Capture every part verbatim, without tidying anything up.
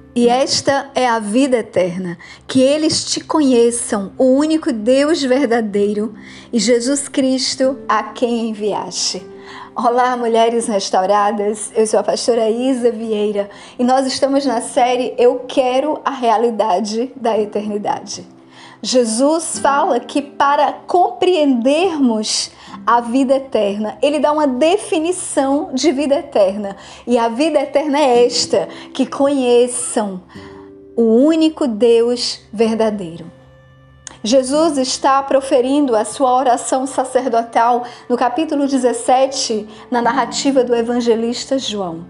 E esta é a vida eterna, que eles te conheçam, o único Deus verdadeiro e Jesus Cristo, a quem enviaste. Olá, mulheres restauradas, eu sou a pastora Isa Vieira e nós estamos na série Eu Quero a Realidade da Eternidade. Jesus fala que para compreendermos a vida eterna, ele dá uma definição de vida eterna. E a vida eterna é esta, que conheçam o único Deus verdadeiro. Jesus está proferindo a sua oração sacerdotal no capítulo dezessete, na narrativa do evangelista João.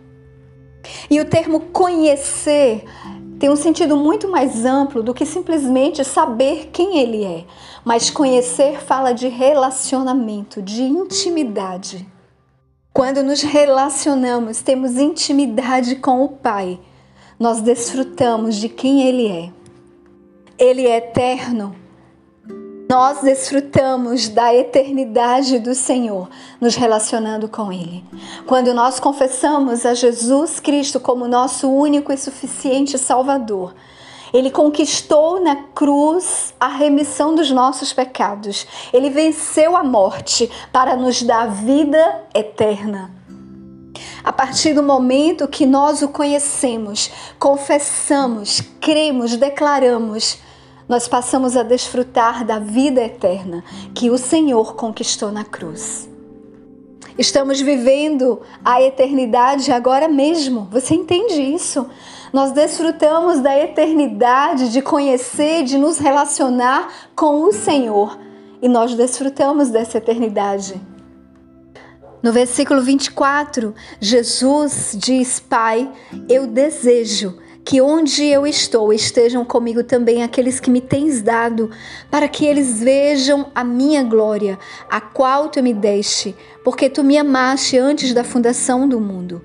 E o termo conhecer tem um sentido muito mais amplo do que simplesmente saber quem ele é. Mas conhecer fala de relacionamento, de intimidade. Quando nos relacionamos, temos intimidade com o Pai, nós desfrutamos de quem ele é. Ele é eterno. Nós desfrutamos da eternidade do Senhor, nos relacionando com Ele. Quando nós confessamos a Jesus Cristo como nosso único e suficiente Salvador, Ele conquistou na cruz a remissão dos nossos pecados. Ele venceu a morte para nos dar vida eterna. A partir do momento que nós o conhecemos, confessamos, cremos, declaramos, nós passamos a desfrutar da vida eterna que o Senhor conquistou na cruz. Estamos vivendo a eternidade agora mesmo. Você entende isso? Nós desfrutamos da eternidade de conhecer, de nos relacionar com o Senhor. E nós desfrutamos dessa eternidade. No versículo vinte e quatro, Jesus diz: Pai, eu desejo que onde eu estou estejam comigo também aqueles que me tens dado, para que eles vejam a minha glória, a qual tu me deste, porque tu me amaste antes da fundação do mundo.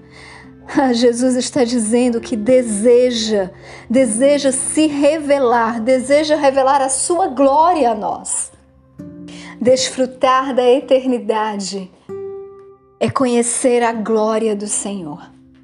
Jesus está dizendo que deseja, deseja se revelar, deseja revelar a sua glória a nós. Desfrutar da eternidade é conhecer a glória do Senhor.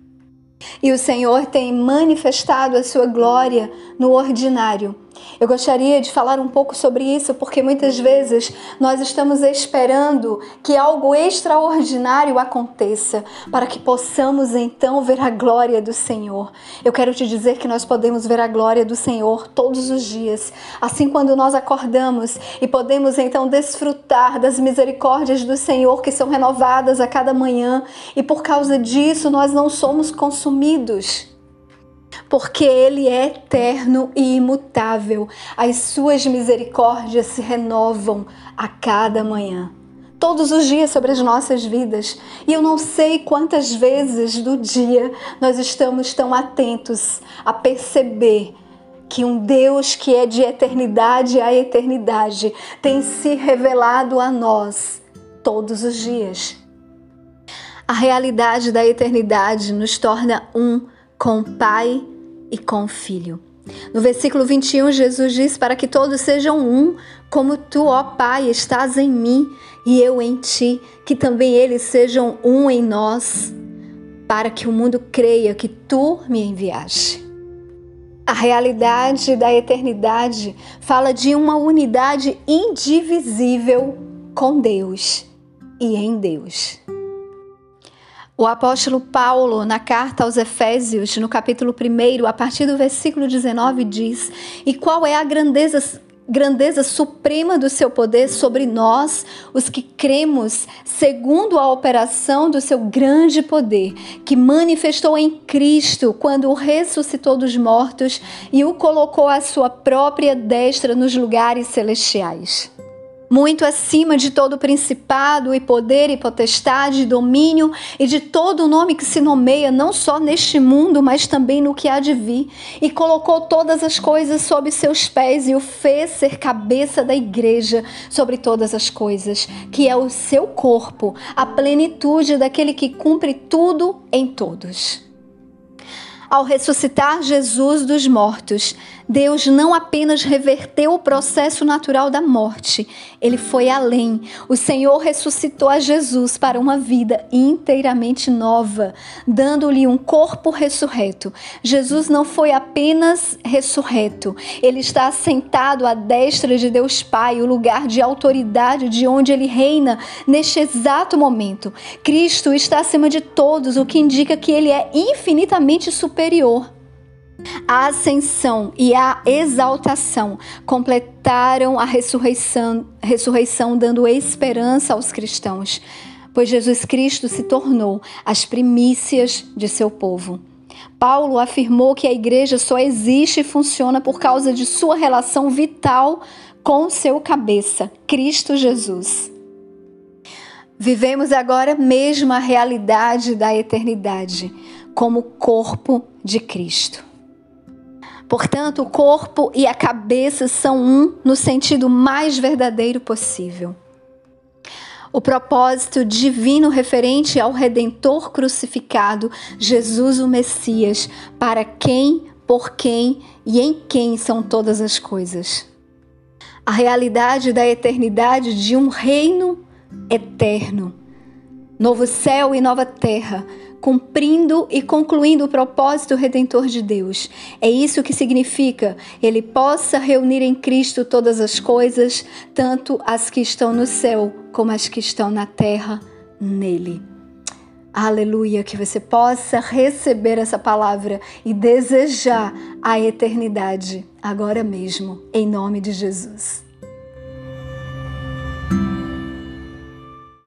E o Senhor tem manifestado a sua glória no ordinário. Eu gostaria de falar um pouco sobre isso, porque muitas vezes nós estamos esperando que algo extraordinário aconteça para que possamos então ver a glória do Senhor. Eu quero te dizer que nós podemos ver a glória do Senhor todos os dias, assim quando nós acordamos e podemos então desfrutar das misericórdias do Senhor que são renovadas a cada manhã, e por causa disso nós não somos consumidos. Porque Ele é eterno e imutável. As suas misericórdias se renovam a cada manhã, todos os dias sobre as nossas vidas. E eu não sei quantas vezes do dia nós estamos tão atentos a perceber que um Deus que é de eternidade a eternidade tem se revelado a nós todos os dias. A realidade da eternidade nos torna um com o Pai e com o Filho. No versículo vinte e um, Jesus diz: para que todos sejam um, como tu, ó Pai, estás em mim e eu em ti, que também eles sejam um em nós, para que o mundo creia que tu me enviaste. A realidade da eternidade fala de uma unidade indivisível com Deus e em Deus. O apóstolo Paulo, na carta aos Efésios, no capítulo um, a partir do versículo dezenove, diz: e qual é a grandeza, grandeza suprema do seu poder sobre nós, os que cremos, segundo a operação do seu grande poder, que manifestou em Cristo quando o ressuscitou dos mortos e o colocou à sua própria destra nos lugares celestiais. Muito acima de todo principado e poder e potestade, domínio e de todo o nome que se nomeia, não só neste mundo, mas também no que há de vir. E colocou todas as coisas sob seus pés e o fez ser cabeça da igreja sobre todas as coisas, que é o seu corpo, a plenitude daquele que cumpre tudo em todos. Ao ressuscitar Jesus dos mortos, Deus não apenas reverteu o processo natural da morte, ele foi além. O Senhor ressuscitou a Jesus para uma vida inteiramente nova, dando-lhe um corpo ressurreto. Jesus não foi apenas ressurreto, ele está assentado à destra de Deus Pai, o lugar de autoridade de onde ele reina neste exato momento. Cristo está acima de todos, o que indica que ele é infinitamente superior. A ascensão e a exaltação completaram a ressurreição, ressurreição, dando esperança aos cristãos, pois Jesus Cristo se tornou as primícias de seu povo. Paulo afirmou que a igreja só existe e funciona por causa de sua relação vital com seu cabeça, Cristo Jesus. Vivemos agora mesmo a realidade da eternidade, como corpo de Cristo. Portanto, o corpo e a cabeça são um no sentido mais verdadeiro possível. O propósito divino referente ao Redentor crucificado, Jesus o Messias, para quem, por quem e em quem são todas as coisas. A realidade da eternidade de um reino eterno, novo céu e nova terra, cumprindo e concluindo o propósito redentor de Deus. É isso que significa Ele possa reunir em Cristo todas as coisas, tanto as que estão no céu como as que estão na terra, nele. Aleluia, que você possa receber essa palavra e desejar a eternidade agora mesmo, em nome de Jesus.